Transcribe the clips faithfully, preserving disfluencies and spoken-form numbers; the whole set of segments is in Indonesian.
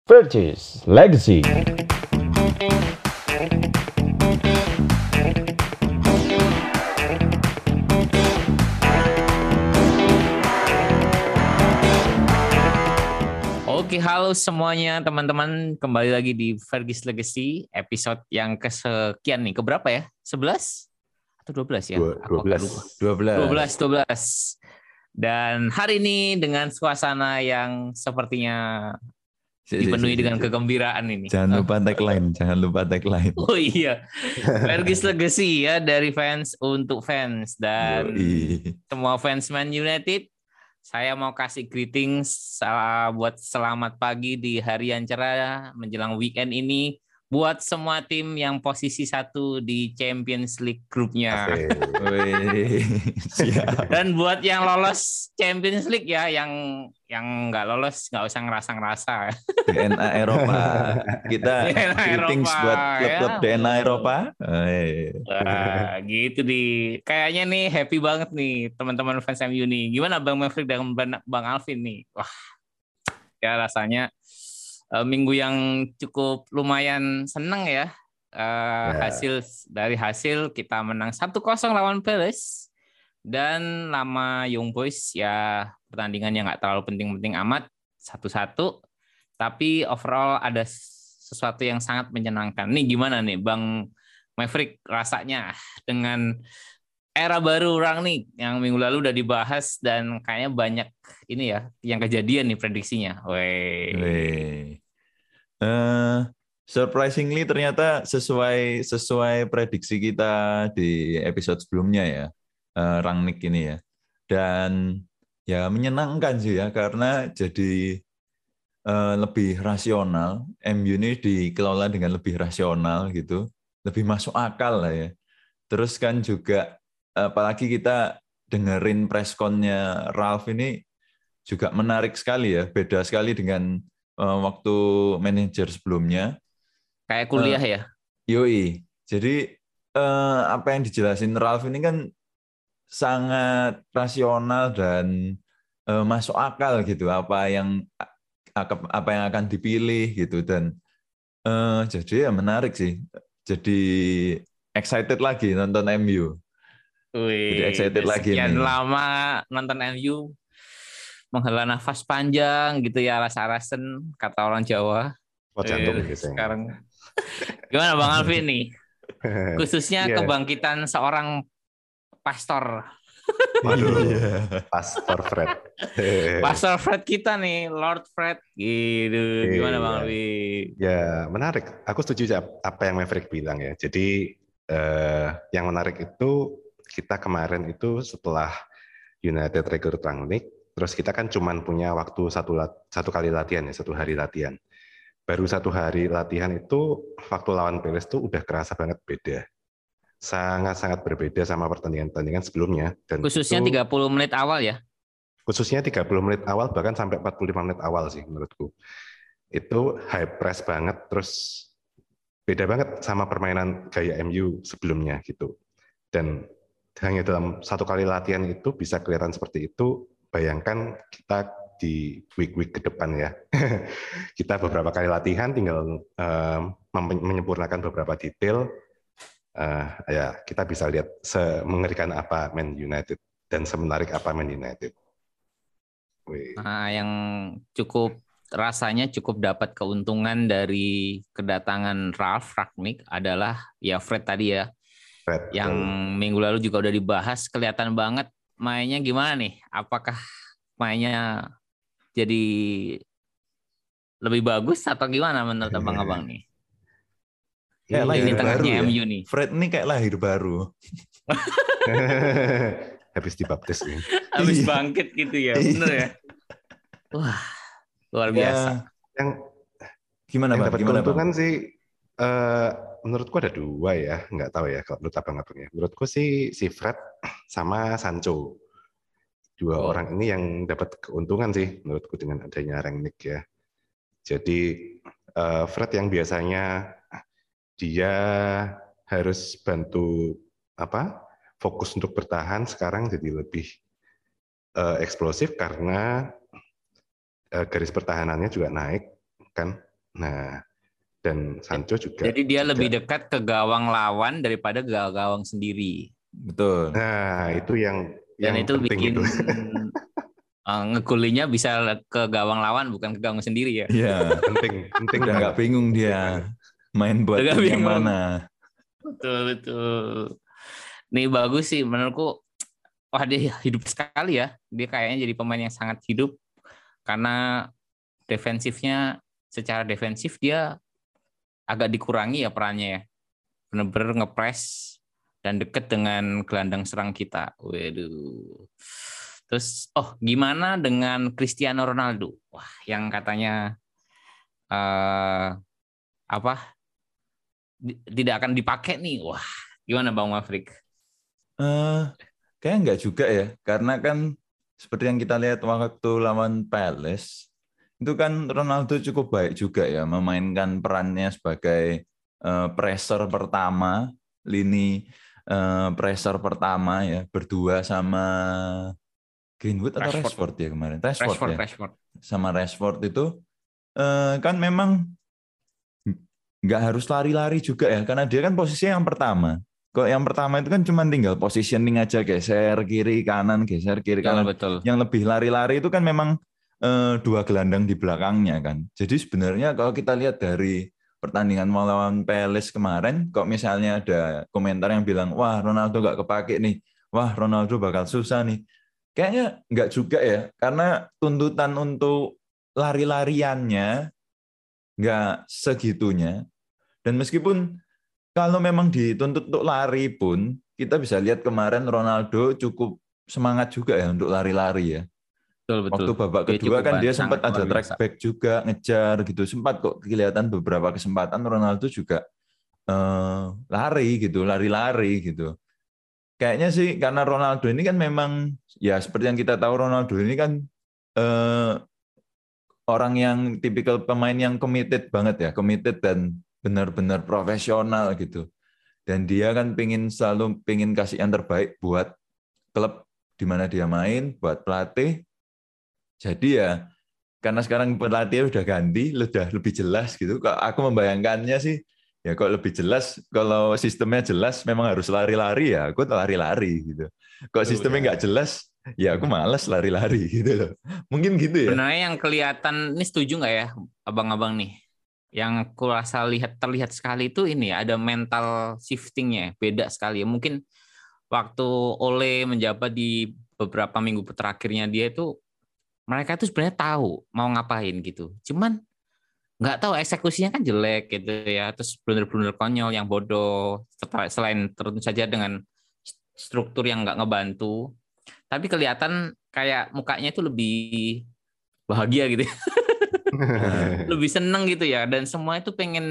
Fergie's Legacy. Oke, halo semuanya teman-teman, kembali lagi di Fergie's Legacy episode yang kesekian nih, keberapa ya? sebelas atau dua belas ya? dua belas. dua belas, dua belas. Dan hari ini dengan suasana yang sepertinya dipenuhi dengan kegembiraan ini. Jangan lupa tagline, jangan lupa tagline. Oh iya, Fergie's Legacy ya, dari fans untuk fans. Dan Yoi. semua fans Man United, saya mau kasih greetings buat selamat pagi di hari yang cerah menjelang weekend ini buat semua tim yang posisi satu di Champions League grupnya. Dan buat yang lolos Champions League ya, yang yang nggak lolos nggak usah ngerasa-ngerasa. D N A Eropa. Kita greetings buat klub-klub ya. D N A Eropa. Wah, gitu di. Kayaknya nih happy banget nih teman-teman fans M U nih. Gimana Bang Maverick dan Bang Alvin nih? Wah, ya rasanya uh, minggu yang cukup lumayan seneng ya. Uh, ya. Hasil dari hasil kita menang satu kosong lawan Palace. Dan nama Young Boys ya pertandingan yang nggak terlalu penting-penting amat, satu-satu. Tapi overall ada sesuatu yang sangat menyenangkan. Nih gimana nih Bang Maverick rasanya dengan era baru orang nih yang minggu lalu udah dibahas dan kayaknya banyak ini ya yang kejadian nih prediksinya. Weh. Uh, surprisingly ternyata sesuai sesuai prediksi kita di episode sebelumnya ya. Uh, Rangnick ini ya. Dan ya menyenangkan sih ya karena jadi uh, lebih rasional. M U ini dikelola dengan lebih rasional gitu, lebih masuk akal lah ya. Terus kan juga apalagi kita dengerin press con-nya Ralf ini juga menarik sekali ya, beda sekali dengan uh, waktu manajer sebelumnya. Kayak kuliah uh, ya. Yoi. Jadi uh, apa yang dijelasin Ralf ini kan sangat rasional dan uh, masuk akal gitu apa yang apa yang akan dipilih gitu dan uh, jadi ya menarik sih, jadi excited lagi nonton M U. Wih, jadi excited lagi nih. Sekian lama nonton M U menghela nafas panjang gitu ya, alas-alasan kata orang Jawa. Oh, jantung eh, gitu. Sekarang gimana Bang Alvin nih? Khususnya yeah. Kebangkitan seorang pastor. Waduh, Pastor Fred. Pastor Fred kita nih, Lord Fred. Gitu. Gimana Bang Alvin? Ya, menarik. Aku setuju apa yang Maverick bilang ya. Jadi eh, yang menarik itu kita kemarin itu setelah United rekrut Rangnick, terus kita kan cuman punya waktu satu satu kali latihan ya, satu hari latihan. Baru satu hari latihan itu waktu lawan Palace itu udah kerasa banget beda. Sangat-sangat berbeda sama pertandingan-pertandingan sebelumnya. Dan khususnya itu, tiga puluh menit awal ya? Khususnya tiga puluh menit awal, bahkan sampai empat puluh lima menit awal sih menurutku. Itu high press banget, terus beda banget sama permainan gaya M U sebelumnya gitu. Dan hanya dalam satu kali latihan itu bisa kelihatan seperti itu, bayangkan kita di week-week ke depan ya. Kita beberapa kali latihan tinggal um, menyempurnakan beberapa detail. Uh, ya kita bisa lihat semengerikan apa Man United dan semenarik apa Man United. Wih. Nah, yang cukup rasanya cukup dapat keuntungan dari kedatangan Ralf Rangnick adalah ya Fred tadi ya, Fred, yang betul. Minggu lalu juga udah dibahas, kelihatan banget mainnya gimana nih? Apakah mainnya jadi lebih bagus atau gimana menurut abang-abang nih? Kayak lahir ini baru ya. M U nih. Fred ini kayak lahir baru. Habis dibaptis nih. Habis bangkit gitu ya, bener ya. Wah, luar biasa. Ya, yang gimana yang bang? Dapat Gimana keuntungan bang? sih, uh, menurutku ada dua ya, nggak tahu ya kalau menurut abang-abang ya. Menurutku sih si Fred sama Sancho. Dua oh. orang ini yang dapat keuntungan sih menurutku dengan adanya Rangnick ya. Jadi uh, Fred yang biasanya dia harus bantu apa fokus untuk bertahan, sekarang jadi lebih uh, eksplosif karena uh, garis pertahanannya juga naik kan. Nah, dan Sancho juga. Jadi dia juga. lebih dekat ke gawang lawan daripada ke gawang sendiri. Betul. Nah, itu yang Dan yang itu penting bikin itu. uh, ngegolinya bisa ke gawang lawan bukan ke gawang sendiri ya. Iya. penting, penting Udah banget. nggak bingung dia banget. main buat Udah tim yang bingung. mana. Betul betul. Nih bagus sih menurutku. Wah dia hidup sekali ya. Dia kayaknya jadi pemain yang sangat hidup karena defensifnya secara defensif dia agak dikurangi ya perannya ya. Bener-bener ngepres dan deket dengan gelandang serang kita. Waduh. Terus, oh gimana dengan Cristiano Ronaldo? Wah, yang katanya uh, apa? Tidak akan dipakai nih. Wah, gimana Bang Maverick? Uh, kayaknya nggak juga ya, karena kan seperti yang kita lihat waktu lawan Palace, itu kan Ronaldo cukup baik juga ya, memainkan perannya sebagai uh, pressure pertama, lini uh, pressure pertama ya, berdua sama Greenwood atau Rashford, Rashford ya kemarin, Rashford, Rashford, ya, Rashford. sama Rashford itu uh, kan memang nggak harus lari-lari juga ya, karena dia kan posisinya yang pertama. Kok yang pertama itu kan cuma tinggal positioning aja, geser kiri kanan, geser kiri Betul, kanan. betul. Yang lebih lari-lari itu kan memang eh, dua gelandang di belakangnya kan. Jadi sebenarnya kalau kita lihat dari pertandingan melawan Palace kemarin, kok misalnya ada komentar yang bilang, wah Ronaldo nggak kepake nih, wah Ronaldo bakal susah nih. Kayaknya nggak juga ya, karena tuntutan untuk lari-lariannya nggak segitunya. Dan meskipun kalau memang dituntut untuk lari pun, kita bisa lihat kemarin Ronaldo cukup semangat juga ya untuk lari-lari ya. Betul, betul. Waktu babak Dia kedua kan dia sempat sangat ada luar biasa. track back juga, ngejar gitu. Sempat kok kelihatan beberapa kesempatan Ronaldo juga eh, lari gitu, lari-lari gitu. Kayaknya sih karena Ronaldo ini kan memang, ya seperti yang kita tahu Ronaldo ini kan eh, orang yang tipikal pemain yang committed banget ya, committed dan benar-benar profesional gitu. Dan dia kan pingin selalu pingin kasih yang terbaik buat klub di mana dia main, buat pelatih. Jadi ya karena sekarang pelatih udah ganti, udah lebih jelas gitu. Kok aku membayangkannya sih, ya kok lebih jelas kalau sistemnya jelas memang harus lari-lari ya, aku lari-lari gitu. Kok sistemnya nggak jelas, ya aku malas lari-lari gitu loh. Mungkin gitu ya. Sebenarnya yang kelihatan, ini setuju nggak ya abang-abang nih? Yang aku rasa lihat terlihat sekali itu ini ada mental shiftingnya, beda sekali. Mungkin waktu Ole menjabat di beberapa minggu terakhirnya dia itu, mereka itu sebenarnya tahu mau ngapain gitu. Cuman nggak tahu eksekusinya kan jelek gitu ya. Terus blunder-blunder konyol yang bodoh. Selain tentu saja dengan struktur yang nggak ngebantu. Tapi kelihatan kayak mukanya itu lebih bahagia gitu. Lebih seneng gitu ya. Dan semua itu pengen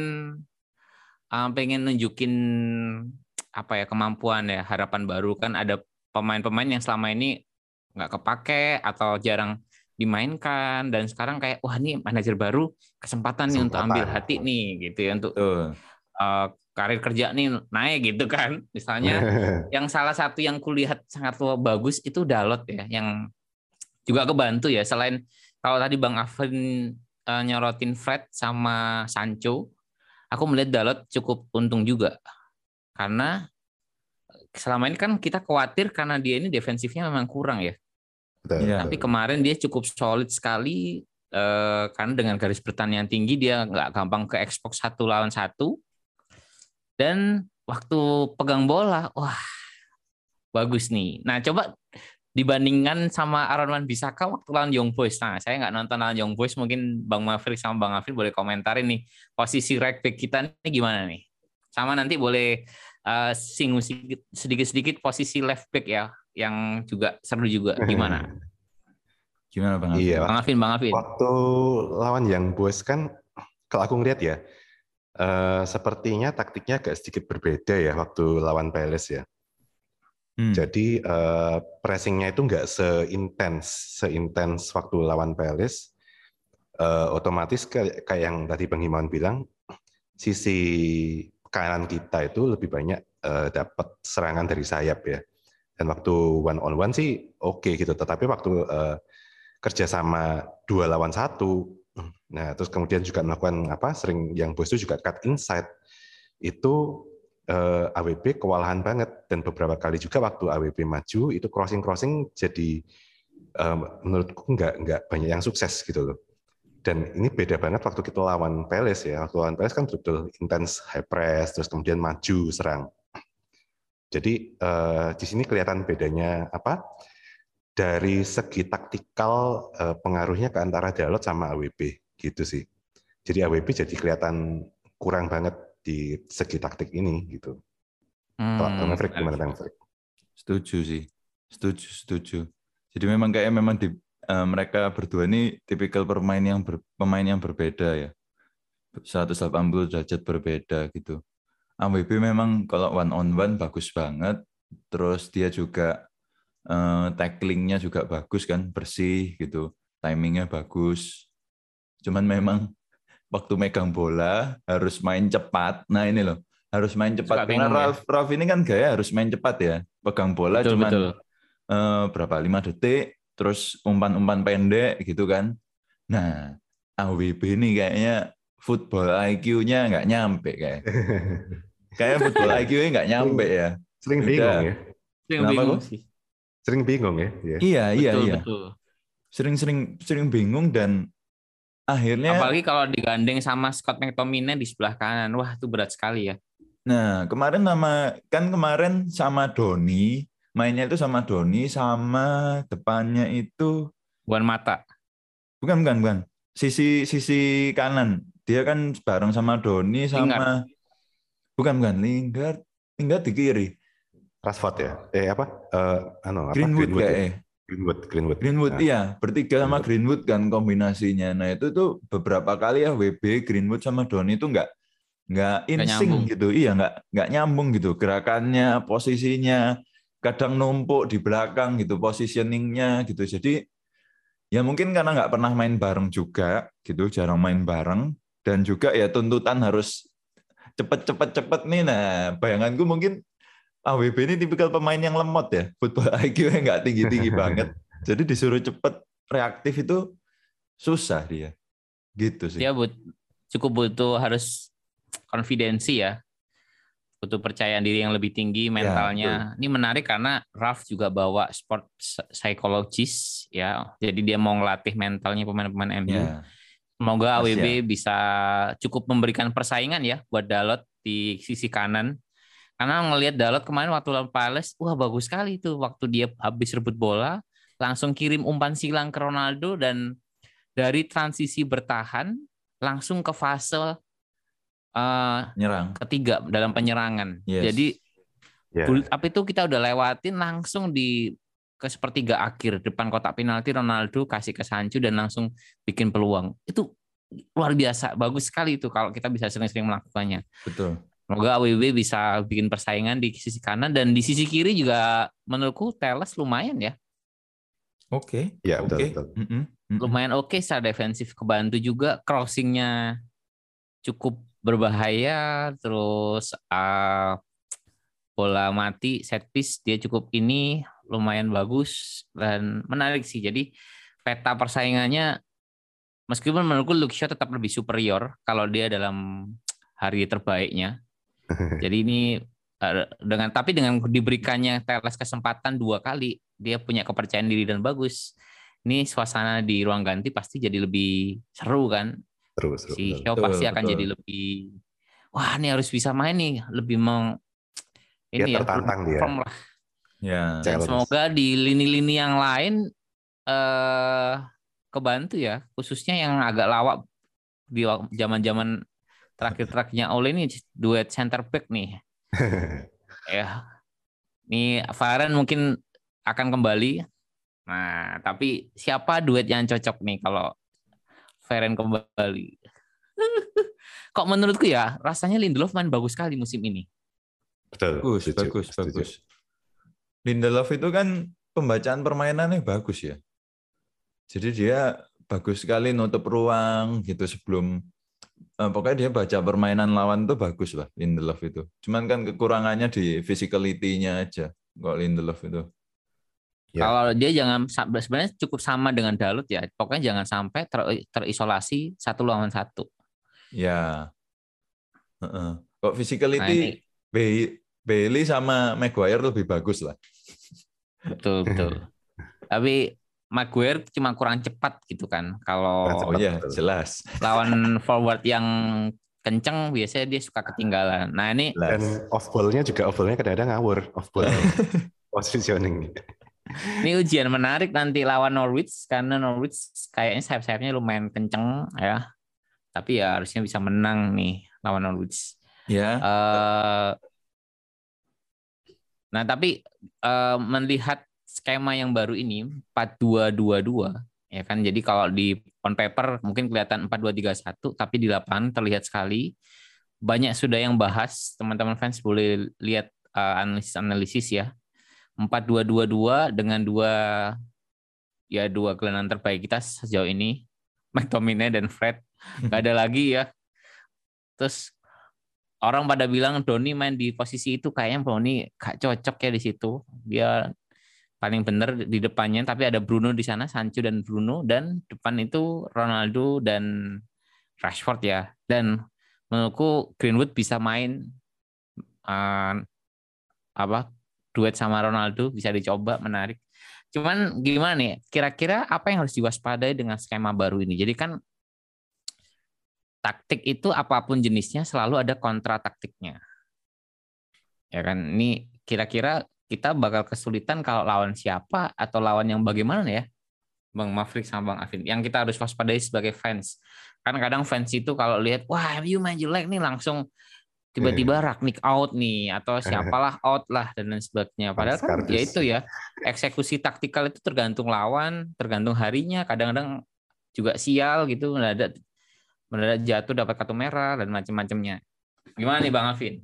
uh, pengen nunjukin apa ya kemampuan ya, harapan baru. Kan ada pemain-pemain yang selama ini nggak kepake atau jarang dimainkan, dan sekarang kayak wah ini manajer baru, kesempatan, kesempatan nih untuk ambil hati nih gitu ya, untuk uh, karir kerja nih naik gitu kan. Misalnya yang salah satu yang kulihat sangat bagus itu Dalot ya, yang juga kebantu ya, selain kalau tadi Bang Alvin uh, nyorotin Fred sama Sancho, aku melihat Dalot cukup untung juga, karena selama ini kan kita khawatir karena dia ini defensifnya memang kurang ya. Betul. Tapi kemarin dia cukup solid sekali, eh, karena dengan garis pertahanan yang tinggi dia nggak gampang ke expose satu lawan satu, dan waktu pegang bola wah bagus nih. Nah coba dibandingkan sama Aaron Wan-Bissaka waktu lawan Young Boys. Nah saya nggak nonton lawan Young Boys, mungkin Bang Maverick sama Bang Afin boleh komentarin nih posisi right back kita ini gimana nih. Sama nanti boleh uh, singgung sedikit-sedikit posisi left back ya, yang juga seru juga. Gimana? Gimana Bang Alvin? Iya, Bang Alvin, Bang Alvin. Waktu lawan Young Boys kan, kalau aku ngeliat ya, uh, sepertinya taktiknya agak sedikit berbeda ya waktu lawan Palace ya. Hmm. Jadi uh, pressingnya itu nggak seintens, seintens waktu lawan Palace. Uh, otomatis kayak, kayak yang tadi Bang Himawan bilang, sisi kanan kita itu lebih banyak uh, dapat serangan dari sayap ya. Dan waktu one on one sih oke okay gitu. Tetapi waktu uh, kerjasama dua lawan satu Nah, terus kemudian juga melakukan apa? Sering yang bos itu juga cut inside. Itu eh, A W B kewalahan banget, dan beberapa kali juga waktu A W B maju itu crossing-crossing jadi eh, menurutku nggak nggak banyak yang sukses gitu loh. Dan ini beda banget waktu kita lawan Palace ya. Waktu lawan Palace kan betul-betul intens high press, terus kemudian maju serang. Jadi eh, di sini kelihatan bedanya apa? Dari segi taktikal eh, pengaruhnya ke antara Dalot sama A W B gitu sih. Jadi A W B jadi kelihatan kurang banget di segi taktik ini gitu. Hmm, Kalau Maverick gimana Maverick? Setuju sih, setuju, setuju. Jadi memang kayak memang di uh, mereka berdua ini tipikal pemain yang ber, pemain yang berbeda ya, seratus delapan puluh derajat berbeda gitu. A W B memang kalau one on one bagus banget, terus dia juga uh, tacklingnya juga bagus kan, bersih gitu, timingnya bagus. Cuman memang waktu megang bola harus main cepat. Nah ini loh, harus main cepat. Suka Karena bingung ya. Ralf, Ralf ini kan gaya harus main cepat ya. Pegang bola Betul, cuman betul. eh, berapa, lima detik, terus umpan-umpan pendek gitu kan. Nah, A W B ini kayaknya football I Q-nya nggak nyampe kayak. Kayaknya football I Q-nya nggak nyampe ya. Sering Beda. bingung ya. Sering Kenapa bingung kok? sih. Sering bingung ya. Ya. Iya, iya, Betul, iya. betul. Sering-sering sering bingung dan akhirnya. Apalagi kalau digandeng sama Scott McTominay di sebelah kanan. Wah, itu berat sekali ya. Nah, kemarin nama kan kemarin sama Doni, mainnya itu sama Doni, sama depannya itu Buan mata. bukan bukan bukan sisi sisi kanan. Dia kan bareng sama Doni sama Lingard. bukan bukan Lingard, Lingard di kiri. Rashford ya. Eh apa? Eh ano apa? Greenwood, Greenwood kayak ya. eh. Greenwood, Greenwood. Greenwood Nah, iya, bertiga sama Greenwood. Greenwood kan kombinasinya. Nah, itu tuh beberapa kali ya W B Greenwood sama Doni itu nggak nggak Nggak insting nyambung. gitu, iya nggak nggak nyambung gitu gerakannya, posisinya, kadang numpuk di belakang gitu, positioningnya gitu. Jadi ya mungkin karena nggak pernah main bareng juga gitu, jarang main bareng, dan juga ya tuntutan harus cepet-cepet-cepet nih. Nah, bayanganku mungkin A W B ini tipikal pemain yang lemot ya, football I Q-nya nggak tinggi-tinggi banget. Jadi disuruh cepet reaktif itu susah dia, gitu sih. Dia but, cukup butuh harus konfidensi ya. Butuh percaya diri yang lebih tinggi mentalnya. Ya, ini menarik karena Ralf juga bawa sport psychologist ya. Jadi dia mau ngelatih mentalnya pemain-pemain M U. Ya. Semoga A W B bisa cukup memberikan persaingan ya buat Dalot di sisi kanan. Karena ngelihat Dalot kemarin waktu lawan Palace, wah bagus sekali tuh waktu dia habis rebut bola, langsung kirim umpan silang ke Ronaldo, dan dari transisi bertahan langsung ke fase Uh, Nyerang. ketiga dalam penyerangan. Yes. Jadi yeah. build up itu kita udah lewatin langsung di ke sepertiga akhir depan kotak penalti, Ronaldo kasih ke Sancho dan langsung bikin peluang. Itu luar biasa, bagus sekali itu kalau kita bisa sering-sering melakukannya. Betul. Semoga A W B bisa bikin persaingan di sisi kanan, dan di sisi kiri juga menurutku Telles lumayan ya. Oke. Okay. Ya, oke. Okay. betul, betul. Mm -mm. Lumayan oke okay, secara defensif, kebantu juga crossingnya cukup berbahaya, terus uh, bola mati set piece dia cukup ini lumayan bagus dan menarik sih. Jadi peta persaingannya meskipun menurutku Luke Shaw tetap lebih superior kalau dia dalam hari terbaiknya. Jadi ini uh, dengan tapi dengan diberikannya Telles kesempatan dua kali, dia punya kepercayaan diri dan bagus. Ini suasana di ruang ganti pasti jadi lebih seru kan. Terus, Si Shaw pasti akan betul. Jadi lebih, wah ini harus bisa main nih, lebih meng ini ya, ya, tertantang dia. Lah. Ya. Dan semoga di lini-lini yang lain eh, kebantu ya, khususnya yang agak lawak di zaman-zaman terakhir-terakhirnya Ole ini duet center back nih. Ya, nih Varane mungkin akan kembali. Nah, tapi siapa duet yang cocok nih kalau Varane kembali? Kok menurutku ya, rasanya Lindelof main bagus sekali musim ini. Betul. Bagus, setuju, bagus, setuju. bagus. Lindelof itu kan pembacaan permainannya bagus ya. Jadi dia bagus sekali nutup ruang gitu sebelum eh, pokoknya dia baca permainan lawan tuh bagus lah Lindelof itu. Cuman kan kekurangannya di physicality-nya aja kok Lindelof itu. Ya. Kalau dia jangan sebenarnya cukup sama dengan Dalot ya. Pokoknya jangan sampai ter, terisolasi satu lawan satu. Ya. Uh-uh. Kok Nah, physicality ini Bailey sama Maguire lebih bagus lah. betul betul. Tapi Maguire cuma kurang cepat gitu kan. Kalau Oh iya, jelas. lawan forward yang kenceng biasanya dia suka ketinggalan. Nah ini dan off ball-nya juga off ball-nya kadang-kadang ngawur off ball positioning. Ini ujian menarik nanti lawan Norwich karena Norwich kayaknya sayap-sayapnya lumayan kenceng ya. Tapi ya harusnya bisa menang nih lawan Norwich. Ya. Uh, nah tapi uh, melihat skema yang baru ini empat dua dua dua ya kan. Jadi kalau di on paper mungkin kelihatan empat dua tiga satu tapi di lapangan terlihat sekali banyak sudah yang bahas, teman-teman fans boleh lihat uh, analisis-analisis ya. empat dua dua dua dengan dua ya dua gelandang terbaik kita sejauh ini, McTominay dan Fred. Gak ada lagi ya. Terus orang pada bilang Doni main di posisi itu kayaknya Doni gak cocok ya di situ. Dia paling benar di depannya, tapi ada Bruno di sana, Sancho dan Bruno, dan depan itu Ronaldo dan Rashford ya. Dan menurutku Greenwood bisa main uh, apa duet sama Ronaldo, bisa dicoba, menarik. Cuman gimana nih? Kira-kira apa yang harus diwaspadai dengan skema baru ini? Jadi kan taktik itu apapun jenisnya selalu ada kontra taktiknya. Ya kan? Ini kira-kira kita bakal kesulitan kalau lawan siapa atau lawan yang bagaimana ya? Bang Maverick sama Bang Afin. Yang kita harus waspadai sebagai fans. Kan kadang fans itu kalau lihat, wah M U main jelek nih langsung tiba-tiba Ragnik out nih atau siapalah out lah dan lain sebagainya. Padahal kan ya itu ya eksekusi taktikal itu tergantung lawan, tergantung harinya. Kadang-kadang juga sial gitu, mendadak mendadak jatuh dapat kartu merah dan macam-macamnya. Gimana nih Bang Afin?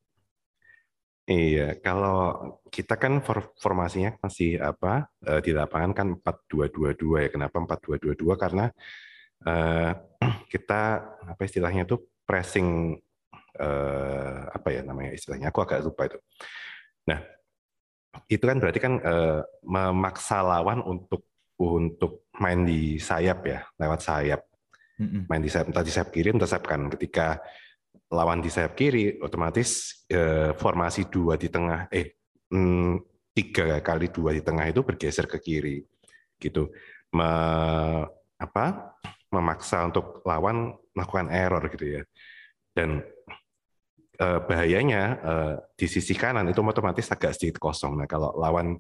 Iya, kalau kita kan formasinya masih apa di lapangan kan empat dua dua dua ya. Kenapa empat dua dua dua? Karena uh, kita apa istilahnya itu pressing. Uh, apa ya namanya istilahnya, aku agak lupa itu. Nah, itu kan berarti kan uh, memaksa lawan untuk untuk main di sayap ya, lewat sayap, mm-hmm. main di sayap, entah di sayap kiri, entah sayap kanan. Ketika lawan di sayap kiri, otomatis uh, formasi dua di tengah, eh mm, tiga kali dua di tengah itu bergeser ke kiri, gitu. Me, apa? Memaksa untuk lawan melakukan error gitu ya. Dan eh, bahayanya eh, di sisi kanan itu otomatis agak sedikit kosong. Nah, kalau lawan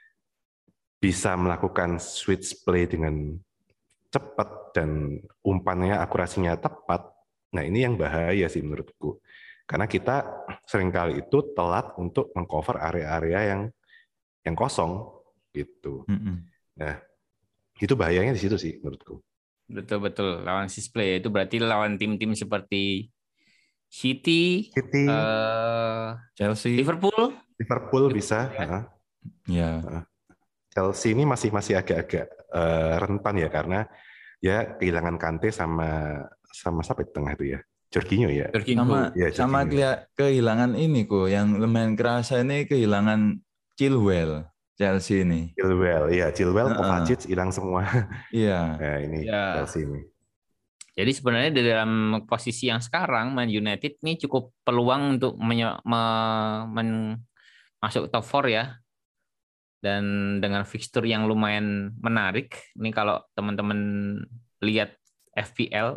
bisa melakukan switch play dengan cepat dan umpannya akurasinya tepat, nah ini yang bahaya sih menurutku. Karena kita seringkali itu telat untuk mengcover area-area yang yang kosong gitu. Mm-hmm. Nah, itu bahayanya di situ sih menurutku. Betul-betul lawan switch play itu berarti lawan tim-tim seperti City, City uh, Chelsea, Liverpool, Liverpool bisa. Ya. Ya. Chelsea ini masih masih agak-agak uh, rentan ya karena ya kehilangan Kante sama sama siapa di tengah itu ya, Jorginho ya. Jorginho. Sama ya, sama kehilangan ini kok yang lumayan kerasa ini kehilangan Chilwell Chelsea ini. Chilwell, iya Chilwell, uh-uh. Kovacic hilang semua. Iya. Nah ini ya. Chelsea ini. Jadi sebenarnya di dalam posisi yang sekarang Man United ini cukup peluang untuk menye- me- men- masuk top empat ya. Dan dengan fixture yang lumayan menarik, ini kalau teman-teman lihat F P L,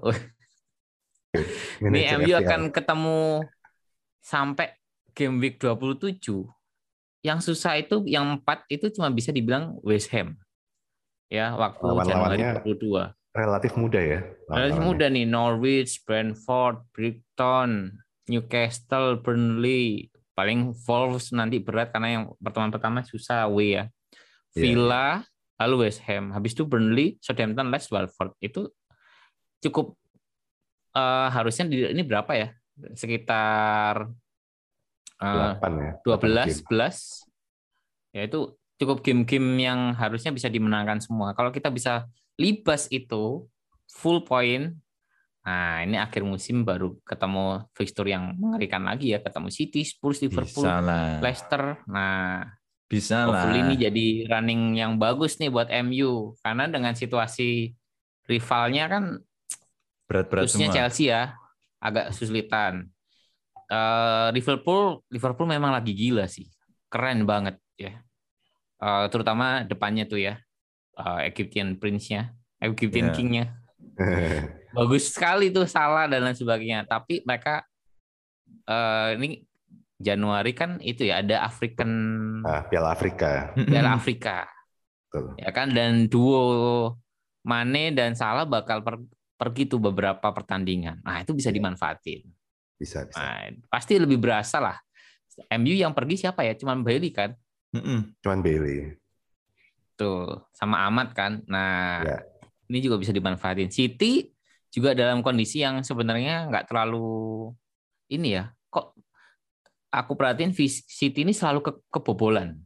ini M U akan ketemu sampai game week dua puluh tujuh. Yang susah itu, yang empat itu cuma bisa dibilang West Ham. Ya, waktu Lawan Januari dua puluh dua. Relatif mudah ya. Relatif mudah nih, Norwich, Brentford, Brighton, Newcastle, Burnley. Paling Wolves nanti berat karena yang pertemuan pertama susah away ya. Villa, yeah, yeah. Lalu West Ham. Habis itu Burnley, Southampton, Leicester, Watford. Itu cukup uh, harusnya di, ini berapa ya? Sekitar uh, delapan ya. dua belas, sebelas. Ya itu cukup game-game yang harusnya bisa dimenangkan semua. Kalau kita bisa libas itu full point. Nah, ini akhir musim baru ketemu fixture yang mengerikan lagi ya, ketemu City, Spurs, Liverpool, Leicester. Nah, Bisa Hopefully lah. ini jadi running yang bagus nih buat M U karena dengan situasi rivalnya kan Berat-berat khususnya semua. Chelsea ya agak kesulitan. Uh, Liverpool Liverpool memang lagi gila sih, keren banget ya. Uh, terutama depannya tuh ya, uh, Egyptian Prince-nya, Egyptian Ya. King-nya. Bagus sekali tuh Salah dan lain sebagainya. Tapi mereka uh, ini Januari kan itu ya ada African Ah, Piala Afrika. Piala Afrika. Betul. Ya kan dan duo Mane dan Salah bakal per, pergi tuh beberapa pertandingan. Nah, itu bisa Ya, dimanfaatin. bisa, bisa. Nah, pasti lebih berasa lah. M U yang pergi siapa ya? Cuman Bailey kan? Cuman Bailey. Tuh, sama Ahmad kan. Nah, Ya. ini juga bisa dimanfaatin. City juga dalam kondisi yang sebenarnya nggak terlalu ini ya. Kok aku perhatiin City ini selalu ke kebobolan.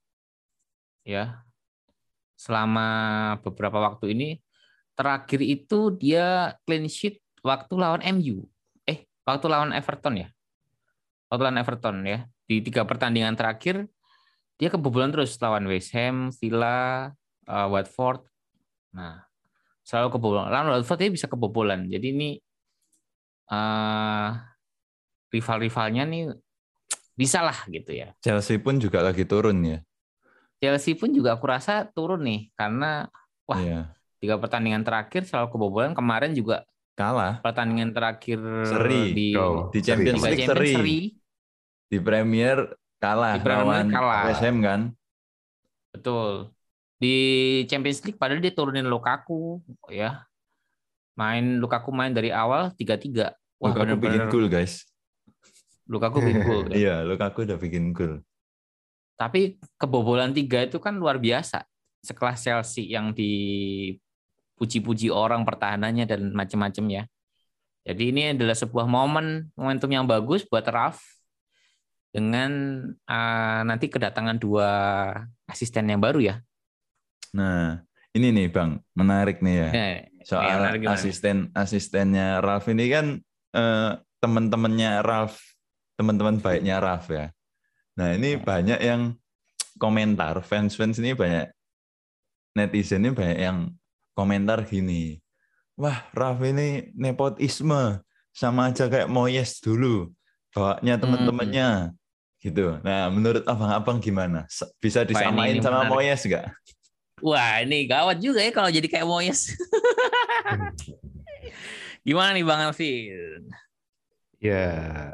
Ya. Selama beberapa waktu ini terakhir itu dia clean sheet waktu lawan M U. Eh, waktu lawan Everton ya. Waktu lawan Everton ya. Di tiga pertandingan terakhir dia kebobolan terus lawan West Ham, Villa, uh, Watford. Nah, selalu kebobolan. Lawan Watford dia bisa kebobolan. Jadi ini uh, rival-rivalnya nih bisa lah gitu ya. Chelsea pun juga lagi turun ya. Chelsea pun juga aku rasa turun nih karena wah yeah. tiga pertandingan terakhir selalu kebobolan. Kemarin juga kalah. Pertandingan terakhir seri di di Champions Liga League Champions seri. seri. Di Premier kalah Di Premier lawan kalah. West Ham kan. Betul. Di Champions League padahal dia turunin Lukaku ya. Main Lukaku main dari awal tiga tiga. Wah, Lukaku bikin benar-benar gol, guys. Lukaku bikin gol. Ya. Iya, Lukaku udah bikin gol. Tapi kebobolan tiga itu kan luar biasa. Sekelas Chelsea yang dipuji-puji orang pertahanannya dan macam-macamnya. Jadi ini adalah sebuah momen, momentum yang bagus buat Ralf dengan uh, nanti kedatangan dua asisten yang baru ya. Nah, ini nih Bang, menarik nih ya. Nah, soal ya, menarik asisten asistennya Ralf ini kan eh, teman-temannya Ralf, teman-teman baiknya Ralf ya. Nah, ini banyak yang komentar, fans-fans ini banyak, netizen ini banyak yang komentar gini. Wah, Ralf ini nepotisme, sama aja kayak Moyes dulu, bawanya teman-temannya. Hmm. Gitu. Nah, menurut abang-abang gimana? Bisa disamain Wah, ini, ini sama menarik. Moyes nggak? Wah, ini gawat juga ya kalau jadi kayak Moyes. Gimana nih Bang Alvin? Ya,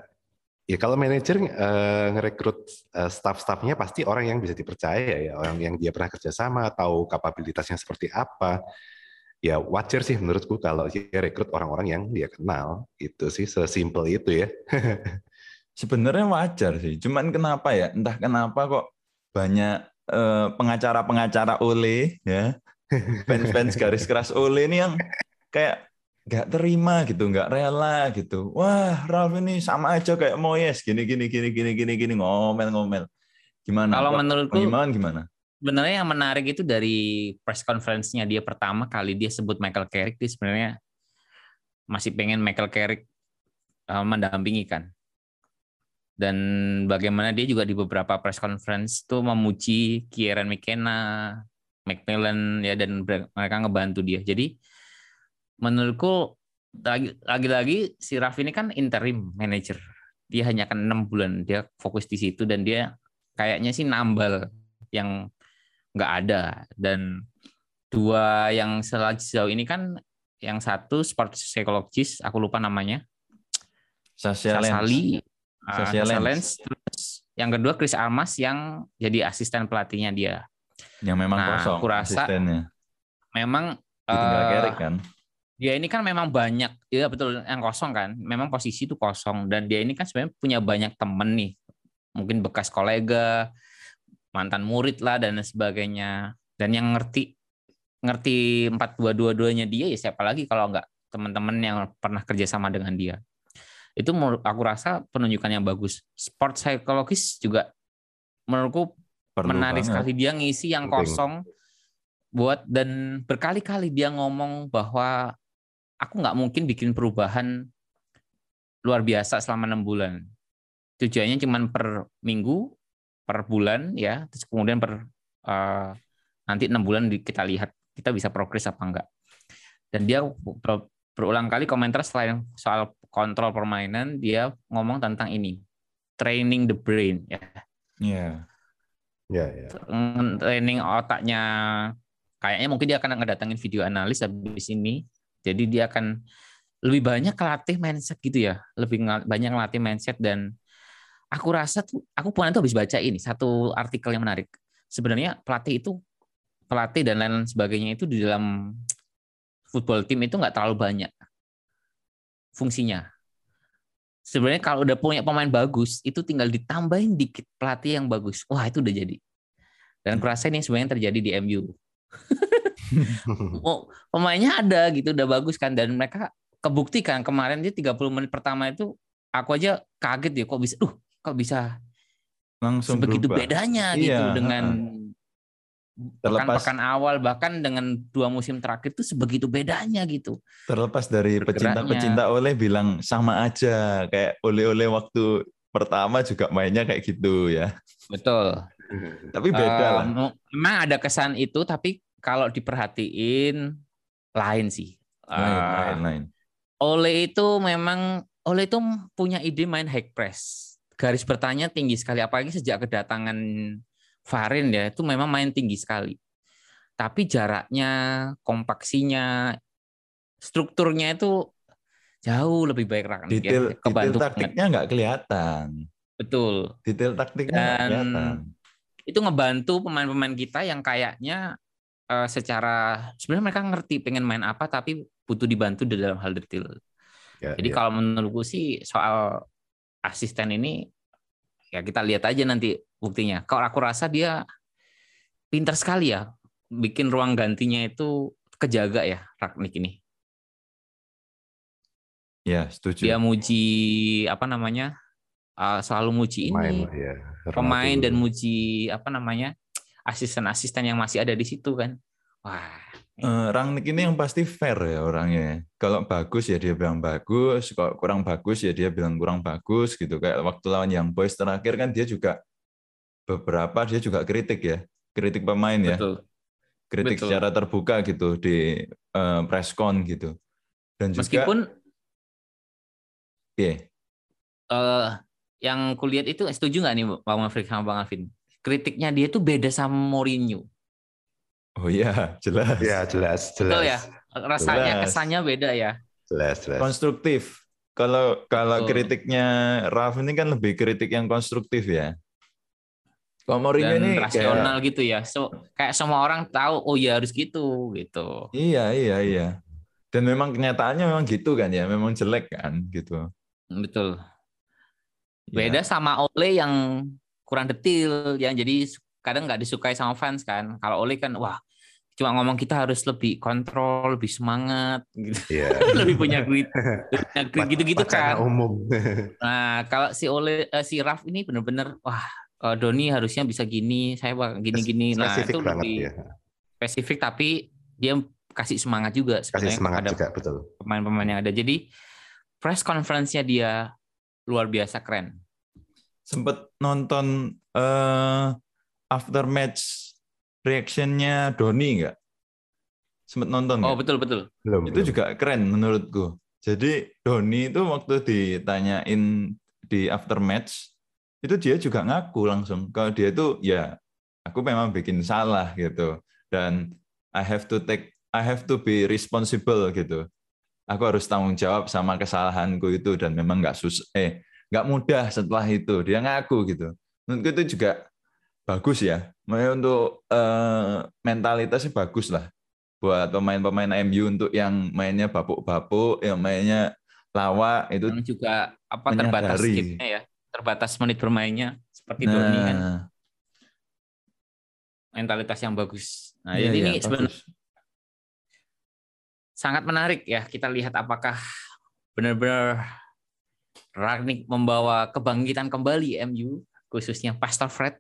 ya kalau manajer uh, ngerekrut uh, staff-staffnya pasti orang yang bisa dipercaya ya, orang yang dia pernah kerjasama, tahu kapabilitasnya seperti apa. Ya wajar sih menurutku kalau dia rekrut orang-orang yang dia kenal. Itu sih sesimpel itu ya. Sebenarnya wajar sih. Cuman kenapa ya? Entah kenapa kok banyak eh, pengacara-pengacara Ole ya, fans-fans garis keras Ole ini yang kayak nggak terima gitu, nggak rela gitu. Wah, Ralf ini sama aja kayak Moyes, gini gini gini gini gini gini ngomel-ngomel. Gimana? Kalau menurutku gimana gimana? Sebenarnya yang menarik itu dari press conference-nya dia pertama kali dia sebut Michael Carrick, dia sebenarnya masih pengen Michael Carrick uh, mendampingi kan. Dan bagaimana dia juga di beberapa press conference tuh memuji Kieran McKenna, Macmillan ya, dan mereka ngebantu dia. Jadi menurutku lagi-lagi si Ralf ini kan interim manager. Dia hanya kan enam bulan, dia fokus di situ dan dia kayaknya sih nambal yang nggak ada. Dan dua yang sejauh ini kan, yang satu sport psychologist, aku lupa namanya, Sasha Sasali, Sasha uh, Lens. Terus yang kedua Chris Almas yang jadi asisten pelatihnya dia. Yang memang nah, kosong aku rasa asistennya. Memang ditinggal uh, Carrick kan. Dia ini kan memang banyak, ya betul, yang kosong kan. Memang posisi itu kosong dan dia ini kan sebenarnya punya banyak temen nih. Mungkin bekas kolega, mantan murid lah dan sebagainya. Dan yang ngerti ngerti empat dua dua duanya dia ya siapa lagi kalau nggak teman-teman yang pernah kerja sama dengan dia. Itu aku rasa penunjukan yang bagus. Sport psikologis juga menurutku perlu menarik banget. Sekali dia ngisi yang kosong buat, dan berkali-kali dia ngomong bahwa aku nggak mungkin bikin perubahan luar biasa selama enam bulan. Tujuannya cuma per minggu, per bulan ya, terus kemudian per uh, nanti enam bulan kita lihat kita bisa progres apa enggak. Dan dia ber, berulang kali komentar selain soal kontrol permainan, dia ngomong tentang ini, training the brain ya. Iya. Ya, ya. Training otaknya, kayaknya mungkin dia akan ngedatengin video analis habis ini. Jadi dia akan lebih banyak kelatih mindset gitu ya, lebih banyak ngelatih mindset. Dan aku rasa tuh, aku punya tuh habis baca ini satu artikel yang menarik. Sebenarnya pelatih itu, pelatih dan lain-lain sebagainya itu di dalam football team itu nggak terlalu banyak fungsinya. Sebenarnya kalau udah punya pemain bagus, itu tinggal ditambahin dikit pelatih yang bagus. Wah, itu udah jadi. Dan aku rasa ini sebenarnya terjadi di M U. Oh, pemainnya ada gitu, udah bagus kan. Dan mereka kebuktikan kemarin di tiga puluh menit pertama itu, aku aja kaget ya, kok bisa, uh, kok bisa langsung sebegitu berubah. bedanya Iya, gitu dengan terlepas pekan-pekan awal, bahkan dengan dua musim terakhir itu sebegitu bedanya gitu. Terlepas dari Bergeraknya. pecinta-pecinta Ole bilang sama aja, kayak Ole-Ole waktu pertama juga mainnya kayak gitu ya. Betul. Tapi beda uh, lah. Memang ada kesan itu, tapi kalau diperhatiin lain sih. Lain, Uh, lain, lain. Ole itu memang Ole itu punya ide main high press. Garis bertahannya tinggi sekali, apalagi sejak kedatangan Varane ya, itu memang main tinggi sekali. Tapi jaraknya, kompaksinya, strukturnya itu jauh lebih baik Rangnick Detail, ya. Kebantu detail taktiknya nggak kelihatan. Betul. Detail taktiknya nggak kelihatan. Itu ngebantu pemain-pemain kita yang kayaknya uh, secara sebenarnya mereka ngerti pengen main apa, tapi butuh dibantu di dalam hal detail. Ya, Jadi ya. Kalau menurutku sih soal asisten ini ya kita lihat aja nanti buktinya. Kalau aku rasa dia pintar sekali ya, bikin ruang gantinya itu kejaga ya Rangnick ini. Ya, setuju. Dia muji apa namanya? Uh, selalu muji pemain, ini ya. pemain dan muji apa namanya? asisten-asisten yang masih ada di situ kan. Wah. Uh, Rangnick ini yang pasti fair ya orangnya. Kalau bagus ya dia bilang bagus, kalau kurang bagus ya dia bilang kurang bagus gitu. Kayak waktu lawan Young Boys terakhir kan dia juga beberapa dia juga kritik ya, kritik pemain ya. Betul. Kritik Betul. secara terbuka gitu di uh, press con gitu. Dan juga meskipun yeah. uh, yang kulihat itu setuju nggak nih Bang Maverick sama Bang Alvin? Kritiknya dia tuh beda sama Mourinho. Oh iya, jelas. Ya, jelas, jelas. Betul ya. Rasanya jelas. kesannya beda ya. Jelas, jelas. Konstruktif. Kalau kalau Betul. kritiknya Raf ini kan lebih kritik yang konstruktif ya. Kalau Mourinho Dan ini rasional kayak, gitu ya. So, kayak semua orang tahu oh ya harus gitu gitu. Iya, iya, iya. Dan memang kenyataannya memang gitu kan ya, memang jelek kan gitu. Betul. Beda ya. Sama Ole yang kurang detail, yang jadi kadang nggak disukai sama fans kan. Kalau Ole kan, wah cuma ngomong kita harus lebih kontrol, lebih semangat, gitu. Yeah. lebih punya grit, gitu-gitu kan. Umum. Nah kalau si Ole, si Raf ini benar-benar, wah Doni harusnya bisa gini, saya gini-gini. Nah itu lebih ya. Spesifik, tapi dia kasih semangat juga sebenarnya semangat kepada juga, betul. Pemain-pemain yang ada. Jadi press conference-nya dia luar biasa keren. Sempet nonton uh, after match reaction-nya Doni nggak? Sempet nonton nggak? Oh betul betul. Belum, itu belum. Juga keren menurutku. Jadi Doni itu waktu ditanyain di after match itu dia juga ngaku langsung kalau dia itu ya aku memang bikin salah gitu dan I have to take I have to be responsible gitu. Aku harus tanggung jawab sama kesalahanku itu dan memang nggak sus eh nggak mudah setelah itu dia ngaku gitu. Menurutku itu juga bagus ya. Makanya untuk uh, mentalitasnya bagus lah buat pemain-pemain M U untuk yang mainnya bapuk-bapuk, yang mainnya lawak itu yang juga apa terbatas skillnya ya, terbatas menit bermainnya seperti nah, Doni kan. Mentalitas yang bagus. Nah, iya, jadi iya, ini sebenarnya sangat menarik ya kita lihat apakah benar-benar Rangnick membawa kebangkitan kembali M U khususnya Pastor Fred.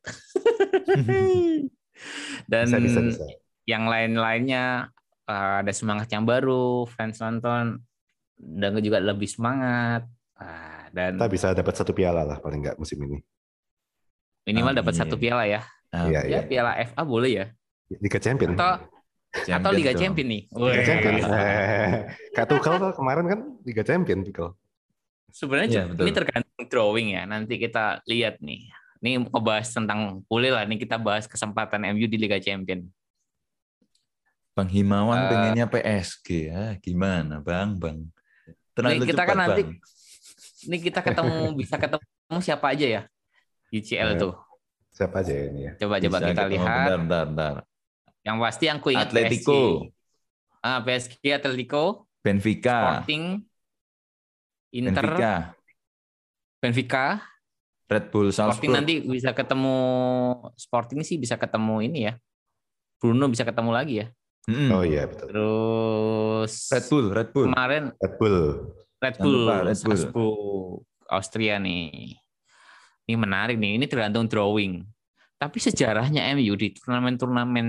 Dan bisa, bisa, bisa. Yang lain-lainnya uh, ada semangat yang baru, fans nonton dan juga lebih semangat. Uh, dan kita bisa dapat satu piala lah paling nggak musim ini. Minimal dapat Amin. satu piala ya. Iya, Ya iya. piala F A boleh ya. Liga Champion. Atau Champion atau Liga dong. Champion nih. Liga Wih. Champion. Eh, Kak Tuchel tuh kemarin kan Liga Champion Tuchel. Sebenarnya Iya, cu- betul. ini tergantung drawing ya. Nanti kita lihat nih. Ini ngebahas tentang boleh lah. Ini kita bahas kesempatan M U di Liga Champion. Bang Himawan Eh, pengennya P S G ya. Gimana Bang? Bang. Terlalu Ini kita cepat kan nanti Bang. ini kita ketemu bisa ketemu siapa aja ya U C L Eh, tuh. Siapa aja ini ya? Coba-coba Bisa kita ketemu, lihat. bentar, bentar, bentar. Yang pasti yang ku ingat Atletico, P S G. Ah, P S G, Atletico, Benfica, Sporting, Inter, Benfica, Benfica, Red Bull Sporting Salzburg. nanti bisa ketemu Sporting sih bisa ketemu ini ya. Bruno bisa ketemu lagi ya. Mm-mm. Oh iya betul. Terus Red Bull, Red Bull. kemarin Red Bull. Red Jangan Bull, lupa Red Bull. Salzburg, Austria nih. Ini menarik nih. Ini tergantung drawing. Tapi sejarahnya M U di turnamen-turnamen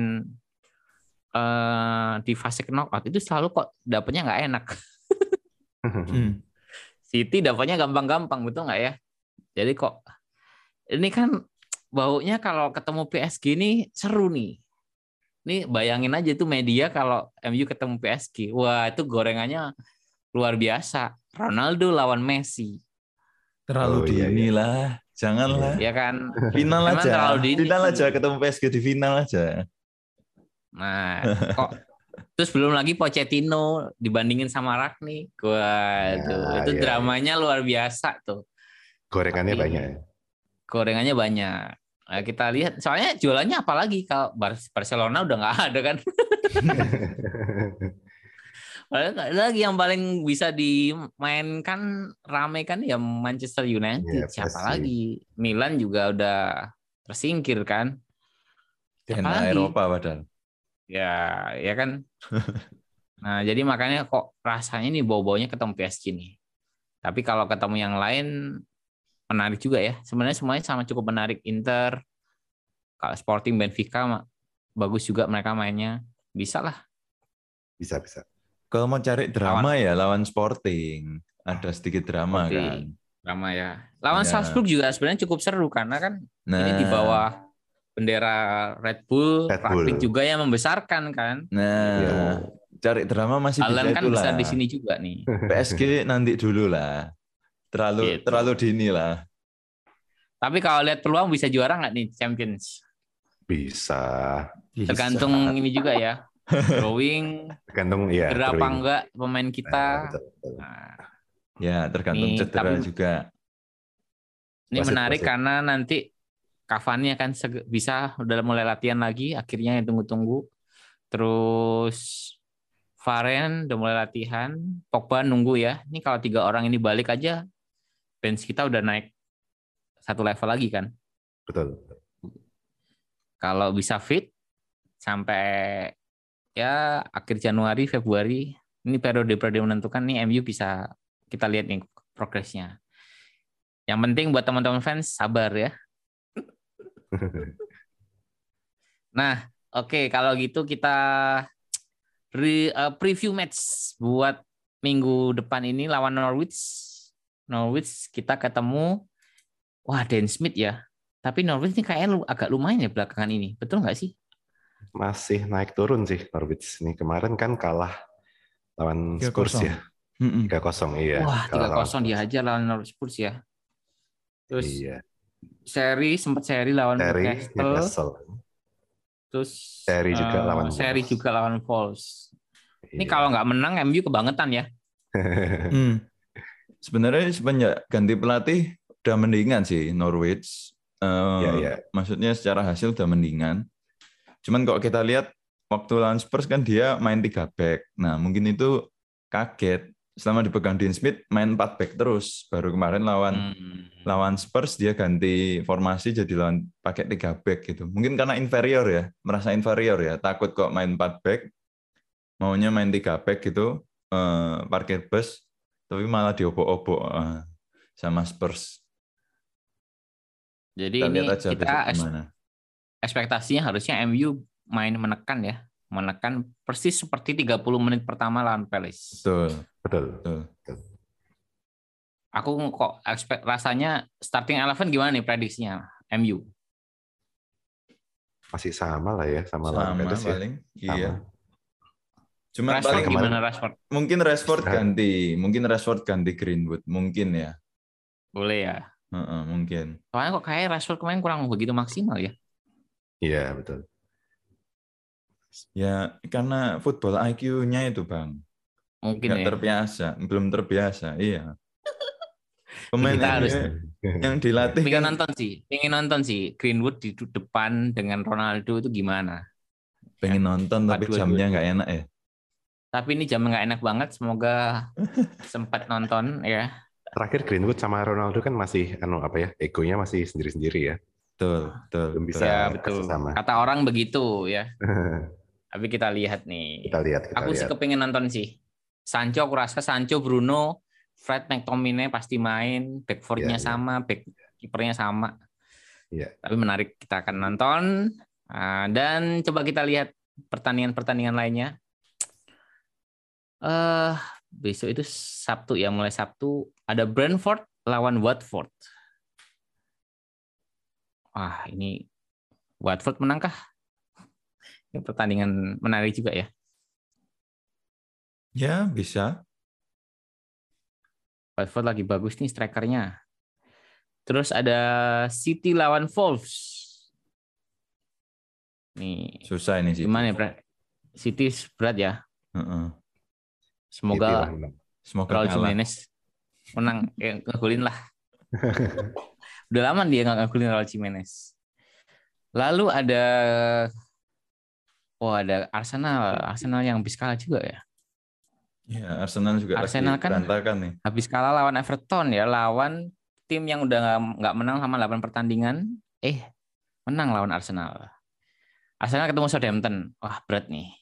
eh, di fase knockout itu selalu kok dapatnya nggak enak. Hmm. City dapatnya gampang-gampang, betul nggak ya? Jadi kok ini kan baunya kalau ketemu P S G ini seru nih. Ini bayangin aja tuh media kalau M U ketemu P S G. Wah, itu gorengannya luar biasa. Ronaldo lawan Messi. Terlalu Oh, iya, dini iya. lah. Janganlah. Ya kan? Final Emang aja. terlalu dini Final sih. aja ketemu P S G di final aja. Nah, kok terus belum lagi Pochettino dibandingin sama Ragnik. Waduh, Ya, itu iya, dramanya luar biasa tuh. Gorengannya Tapi banyak. ya. gorengannya banyak. Nah, kita lihat, soalnya jualannya apa lagi kalau Bar- Barcelona udah nggak ada kan? Padahal nggak ada lagi yang paling bisa dimainkan rame kan ya Manchester United. Iya, Siapa pasti. lagi? Milan juga udah tersingkir kan? Siapa Enak lagi? Eropa padahal. Ya, ya kan. Nah, jadi makanya kok rasanya nih bau-baunya ketemu P S G nih. Tapi kalau ketemu yang lain menarik juga ya. Sebenarnya semuanya sama cukup menarik. Inter, kalau Sporting, Benfica mah bagus juga mereka mainnya. Bisa lah. Bisa bisa. Kalau mau cari drama ya lawan Sporting. Ada sedikit drama Sporting. kan. Drama ya. Lawan Ya. Salzburg juga sebenarnya cukup seru karena kan Nah, ini di bawah bendera Red Bull, Red Bull. Ragnik juga yang membesarkan kan. Nah, Iya. cari drama masih Alan bisa kan itulah. besar di sini juga nih. P S G nanti dulu lah. Terlalu Gitu. terlalu dini lah. Tapi kalau lihat peluang bisa juara nggak nih Champions? Bisa. Tergantung ini juga ya. Drawing, Tergantung ya. cedera apa drawing. enggak pemain Nah, kita. betul, betul. Nah, Ya, tergantung Nih, cedera tapi- juga. ini Wasit, menarik wasit. karena nanti Cavani akan sege- bisa udah mulai latihan lagi. Akhirnya yang tunggu-tunggu. Terus Varane udah mulai latihan. Pogba nunggu ya. Ini kalau tiga orang ini balik aja, bench kita udah naik satu level lagi kan. Betul. Kalau bisa fit sampai ya akhir Januari, Februari, ini periode-periode menentukan nih M U bisa kita lihat nih progresnya. Yang penting buat teman-teman fans sabar ya. Nah, oke kalau gitu kita re- uh, preview match buat minggu depan ini lawan Norwich. Norwich kita ketemu, wah Dan Smith ya. Tapi Norwich ini kayaknya lu- agak lumayan ya belakangan ini. Betul nggak sih? Masih naik turun sih Norwich nih. Kemarin kan kalah lawan tiga Spurs kosong. ya. Mm-mm. tiga kosong iya. Wah, Kalah tiga lawan kosong Spurs. dihajar lawan Norwich Spurs ya. Terus Iya. seri sempat seri lawan Seri Newcastle. Newcastle. Terus Seri juga eh, lawan seri Wolves. juga lawan Wolves. Ini Iya. kalau nggak menang M U kebangetan ya. Hmm. Sebenarnya semenjak ganti pelatih udah mendingan sih Norwich. Eh, Iya, iya. Maksudnya secara hasil udah mendingan. Cuman kalau kita lihat waktu lawan Spurs kan dia main tiga back. Nah mungkin itu kaget. Selama dipegang Dean Smith main empat back terus. Baru kemarin lawan Hmm. lawan Spurs dia ganti formasi jadi lawan pakai tiga back gitu. Mungkin karena inferior ya, merasa inferior ya, takut kok main empat back, maunya main tiga back gitu, eh, parkir bus, tapi malah diobok-obok eh, sama Spurs. Jadi Kita ini lihat aja kita besok es- gimana. ekspektasinya harusnya M U main menekan ya, menekan persis seperti tiga puluh menit pertama lawan Palace. Betul, Betul. betul. Aku kok expect rasanya starting eleven gimana nih prediksinya M U? Masih sama lah ya sama lawan Sama Palace ya. paling. Sama. Iya. Cuma Rashford paling gimana Rashford? mungkin Rashford Istirahat. ganti, mungkin Rashford ganti Greenwood, mungkin ya. Boleh ya. Heeh, mungkin. Soalnya kok kayak Rashford kemarin kurang begitu maksimal ya. Iya, betul. Ya karena football I Q-nya itu Bang, Mungkin nggak ya. terbiasa, belum terbiasa. Iya. Pemain Kita harus M U yang dilatih pengen kan nonton sih, pengen nonton sih Greenwood di depan dengan Ronaldo itu gimana. pengen nonton tapi jamnya nggak enak ya. Tapi ini jamnya nggak enak banget. Semoga sempat nonton ya. Terakhir Greenwood sama Ronaldo kan masih anu apa ya? Egonya masih sendiri-sendiri ya. Betul, betul. Belum betul. bisa Ya betul. kerjasama. Kata orang begitu ya. Tapi kita lihat nih. Kita lihat, kita Aku sih lihat. kepengen nonton sih. Sancho, aku rasa Sancho, Bruno, Fred, McTominay pasti main. Back four-nya Iya, iya. sama, back kipernya sama. Iya. Tapi menarik, kita akan nonton. Nah, dan coba kita lihat pertandingan-pertandingan lainnya. Eh, besok itu Sabtu ya, mulai Sabtu ada Brentford lawan Watford. Wah, ini Watford menangkah? Ini pertandingan menarik juga ya. Ya, bisa. Watford lagi bagus nih strikernya. Terus ada City lawan Wolves. Nih, Susah ini sih. gimana ya, Bro? City berat ya. Heeh. Semoga Semoga Raul kalah. Jimenez menang, eh, ngegolin lah. Udah lama dia nggak ngegolin Raul Jimenez. Lalu ada, oh ada Arsenal, Arsenal yang habis kalah juga ya. Ya, Arsenal juga Arsenal lagi kan berantakan nih. habis kalah lawan Everton ya, lawan tim yang udah nggak nggak menang sama delapan pertandingan, eh menang lawan Arsenal. Arsenal ketemu Southampton, wah berat nih.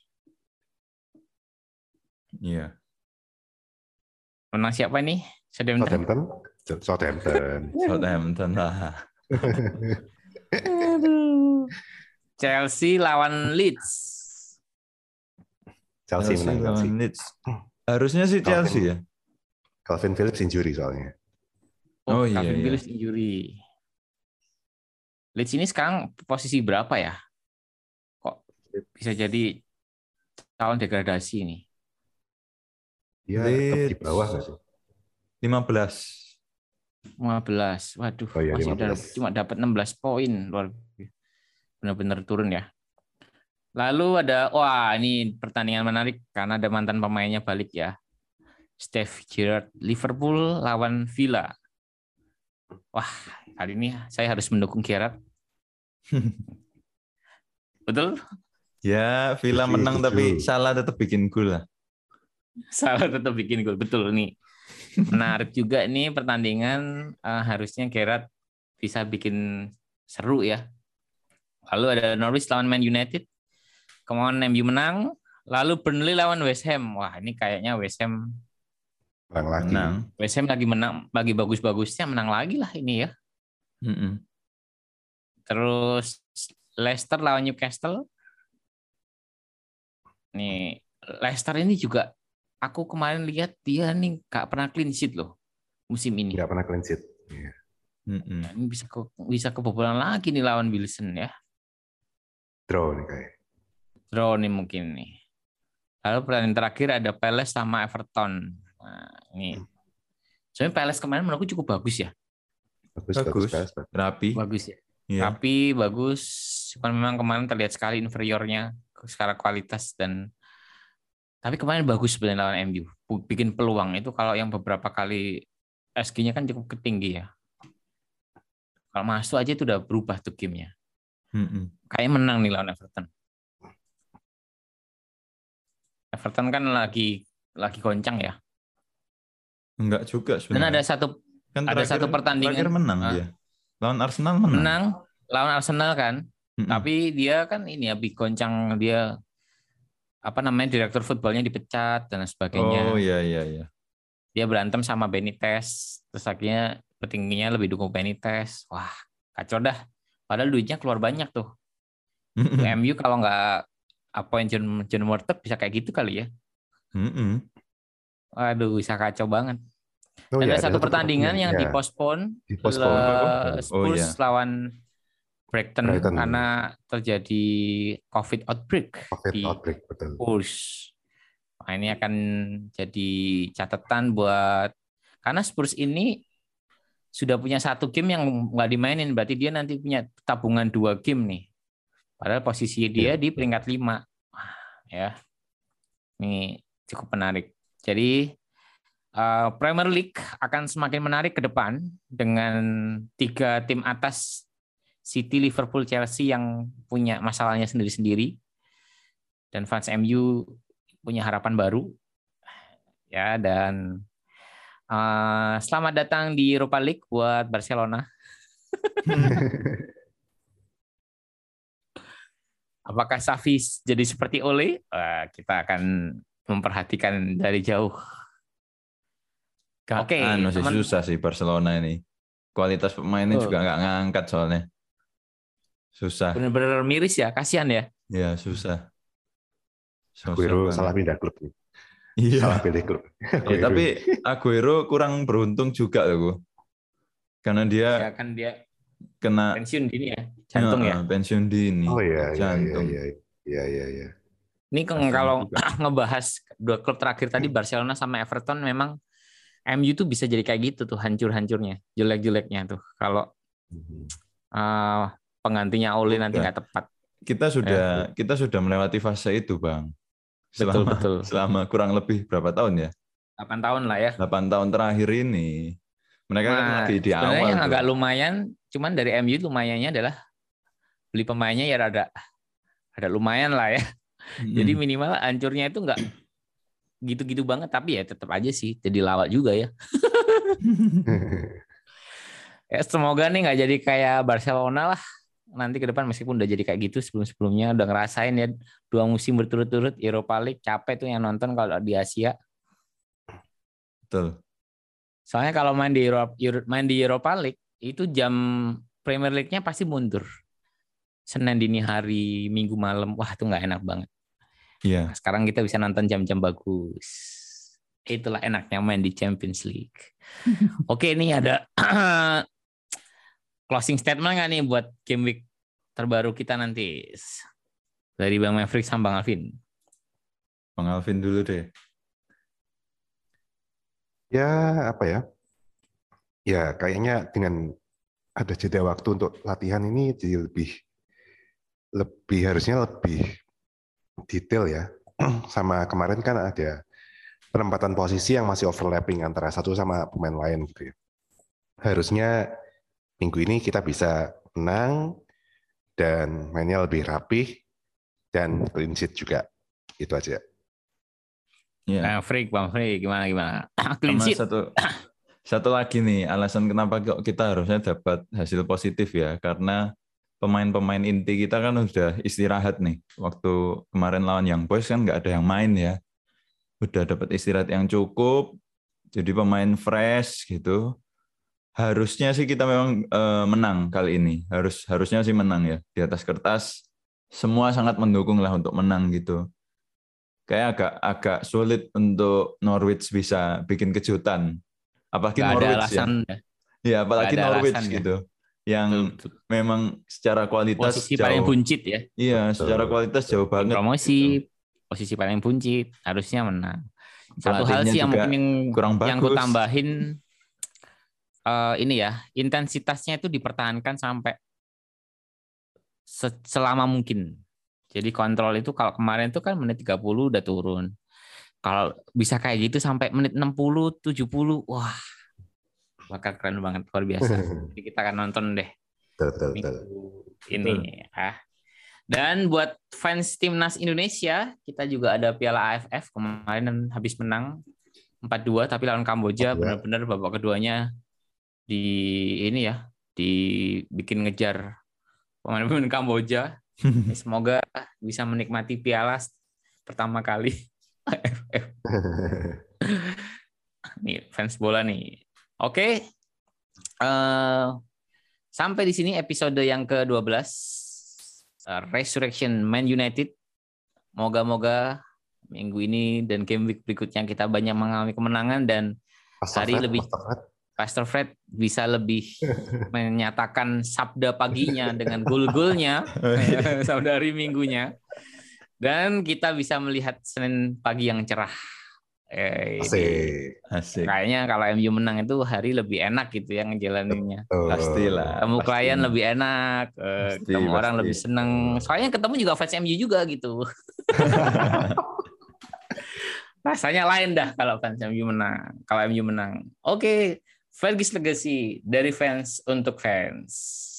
Iya. Menang siapa nih? Southampton. Southampton. Southampton. Southampton lah. Chelsea lawan Leeds. Chelsea, Chelsea menang lawan Chelsea. Leeds. Harusnya sih Calvin, Chelsea ya. Calvin Phillips injury soalnya. Oh, Oh, iya, Calvin iya. Phillips injury. Leeds ini sekarang posisi berapa ya? Kok bisa jadi calon degradasi nih? Dia tetap di Leeds. bawah nggak sih? lima belas. lima belas. Waduh, Oh iya, masih lima belas. udah cuma dapat enam belas poin. Luar benar-benar turun ya. Lalu ada, wah ini pertandingan menarik karena ada mantan pemainnya balik ya. Steve Gerrard, Liverpool lawan Villa. Wah, kali ini saya harus mendukung Gerrard. Betul? Ya, Villa Setuju, menang setuju. tapi Salah tetap bikin gol lah. Salah tetap bikin gol. Betul nih. Menarik juga nih pertandingan. Uh, harusnya Gerrard bisa bikin seru ya. Lalu ada Norwich lawan Man United. Kemudian M U menang. Lalu Burnley lawan West Ham. Wah, ini kayaknya West Ham Menang lagi. Menang. West Ham lagi menang, lagi bagus-bagusnya menang lagi lah ini ya. Mm-mm. Terus Leicester lawan Newcastle. Nih, Leicester ini juga aku kemarin lihat dia nih gak pernah clean sheet loh musim ini. Nggak pernah clean sheet. Iya. Mm-mm. Nah, ini bisa ke, bisa kebobolan lagi nih lawan Wilson ya. Draw nih kayak. Draw nih mungkin nih. Lalu pertandingan terakhir ada Palace sama Everton. Nah, ini. Soalnya Palace kemarin menurutku cukup bagus ya. Bagus, Bagus. bagus, bagus. Rapi. Bagus ya. Iya. Tapi bagus. Cuman memang kemarin terlihat sekali inferiornya secara kualitas dan tapi kemarin bagus sebenarnya lawan M U. Bikin peluang itu kalau yang beberapa kali S G-nya kan cukup tinggi ya. Kalau masuk aja itu udah berubah tuh gamenya. Mm-mm. Kayaknya menang nih lawan Everton. Everton kan lagi lagi goncang ya. Enggak juga Dan sebenarnya. ada satu Kan ada terakhir- satu pertandingan terakhir menang ah, dia. Lawan Arsenal menang. menang lawan Arsenal kan. Mm-mm. Tapi dia kan ini ya goncang, dia apa namanya direktur footballnya dipecat dan sebagainya. Oh iya iya iya. Dia berantem sama Benitez, terus akhirnya petingginya lebih dukung Benitez. Wah, kacau dah. Padahal duitnya keluar banyak tuh. Mm-mm. M U kalau nggak appoint John, John Murtagh bisa kayak gitu kali ya. Mm-mm. Waduh, bisa kacau banget. Oh, Dan iya, ada satu pertandingan yang ya. dipospon, Dipospon. Le- Oh, Spurs iya. lawan Brighton, Brighton. karena terjadi COVID outbreak COVID di outbreak, betul. Spurs. Nah, ini akan jadi catatan buat, karena Spurs ini sudah punya satu game yang nggak dimainin, berarti dia nanti punya tabungan dua game nih. Padahal posisi dia Ya. di peringkat lima. Ya, ini cukup menarik. Jadi uh, Premier League akan semakin menarik ke depan dengan tiga tim atas City, Liverpool, Chelsea yang punya masalahnya sendiri-sendiri, dan fans M U punya harapan baru. Ya, dan uh, selamat datang di Europa League buat Barcelona. Apakah Xavi jadi seperti Ole? Uh, kita akan memperhatikan dari jauh. Oke, okay, anu sih teman. Susah sih Barcelona ini. Kualitas pemainnya oh. juga nggak ngangkat soalnya. Susah. Bener-bener miris ya, kasihan ya. Ya susah. Aguero salah pindah klub nih. Iya. Salah pilih klub. Ya, tapi Aguero kurang beruntung juga loh, karena dia, ya kan dia kena pensiun dini ya, jantung ya. ya. Pensiun dini. Oh iya, jantung. iya, iya, iya, iya. Ini kalau ngebahas dua klub terakhir tadi, Barcelona sama Everton, memang M U tuh bisa jadi kayak gitu tuh, hancur-hancurnya, jelek-jeleknya tuh. Kalau uh, penggantinya Ole nanti nggak tepat. Kita sudah ya. kita sudah melewati fase itu, Bang. Selama, betul, betul. selama kurang lebih berapa tahun ya? delapan tahun lah ya. delapan tahun terakhir ini. Mereka nah, kan lagi di awal. Sebenarnya yang tuh. agak lumayan, cuman dari M U lumayannya adalah beli pemainnya ya rada ada lumayan lah ya. Hmm. Jadi minimal hancurnya itu nggak gitu-gitu banget, tapi ya tetap aja sih jadi lawak juga ya. Ya semoga nih nggak jadi kayak Barcelona lah nanti ke depan, meskipun udah jadi kayak gitu sebelum-sebelumnya, udah ngerasain ya dua musim berturut-turut Europa League, capek tuh yang nonton kalau di Asia. Betul. Soalnya kalau main di Europa, main di Europa League itu jam Premier League-nya pasti mundur. Senin dini hari, Minggu malam, wah itu nggak enak banget. Iya. Yeah. Nah, sekarang kita bisa nonton jam-jam bagus. Itulah enaknya main di Champions League. Oke, ini ada closing statement nggak nih buat game week terbaru kita nanti dari Bang Maverick sama Bang Alvin? Bang Alvin dulu deh. Ya apa ya? Ya kayaknya dengan ada jeda waktu untuk latihan ini jadi lebih lebih harusnya lebih detail ya. Sama kemarin kan ada penempatan posisi yang masih overlapping antara satu sama pemain lain gitu ya. Harusnya minggu ini kita bisa menang dan mainnya lebih rapih dan clean sheet juga. Itu aja. Ya. Bang Freak, Bang Freak, gimana gimana? Clean sheet. Satu, satu lagi nih alasan kenapa kita harusnya dapat hasil positif ya, karena pemain-pemain inti kita kan udah istirahat nih. Waktu kemarin lawan Young Boys kan nggak ada yang main ya. Udah dapat istirahat yang cukup, jadi pemain fresh gitu. Harusnya sih kita memang uh, menang kali ini. Harus harusnya sih menang ya. Di atas kertas semua sangat mendukung lah untuk menang gitu. Kayak agak agak sulit untuk Norwich bisa bikin kejutan. Apalagi Gak Norwich ada alasan, ya. Ya, apalagi Norwich alasan, gitu. Ya. Yang betul, betul. Memang secara kualitas posisi jauh. paling buncit ya. Iya, betul. Secara kualitas jauh banget. Promosi gitu. Posisi paling buncit, harusnya menang. Satu hal sih yang mungkin yang kurang yang gue tambahin Uh, ini ya, intensitasnya itu dipertahankan sampai selama mungkin. Jadi kontrol itu kalau kemarin itu kan menit tiga puluh udah turun. Kalau bisa kayak gitu sampai menit enam puluh, tujuh puluh, wah bakal keren banget, luar biasa. Jadi kita akan nonton deh betul, minggu betul. ini. Ah. Dan buat fans timnas Indonesia, kita juga ada Piala A F F kemarin habis menang empat dua, tapi lawan Kamboja benar-benar babak keduanya di ini ya, dibikin ngejar pemain-pemain Kamboja. Semoga bisa menikmati piala pertama kali A F F. Nih fans bola nih. Oke, uh, sampai di sini episode yang ke dua belas uh, Resurrection Man United. Moga-moga minggu ini dan game week berikutnya kita banyak mengalami kemenangan dan hari lebih. Pastor Fred bisa lebih menyatakan sabda paginya dengan gol-golnya, sabda hari minggunya. Dan kita bisa melihat Senin pagi yang cerah. Eh, Asik. Asik. Kayaknya kalau M U menang itu hari lebih enak gitu ya ngejalaninnya. Pastilah. Ketemu pasti. klien lebih enak, Pasti, ketemu pasti. orang lebih seneng. Soalnya ketemu juga fans M U juga gitu. Rasanya lain dah kalau fans M U menang. Kalau M U menang. Oke, Fergie's Legacy dari fans untuk fans.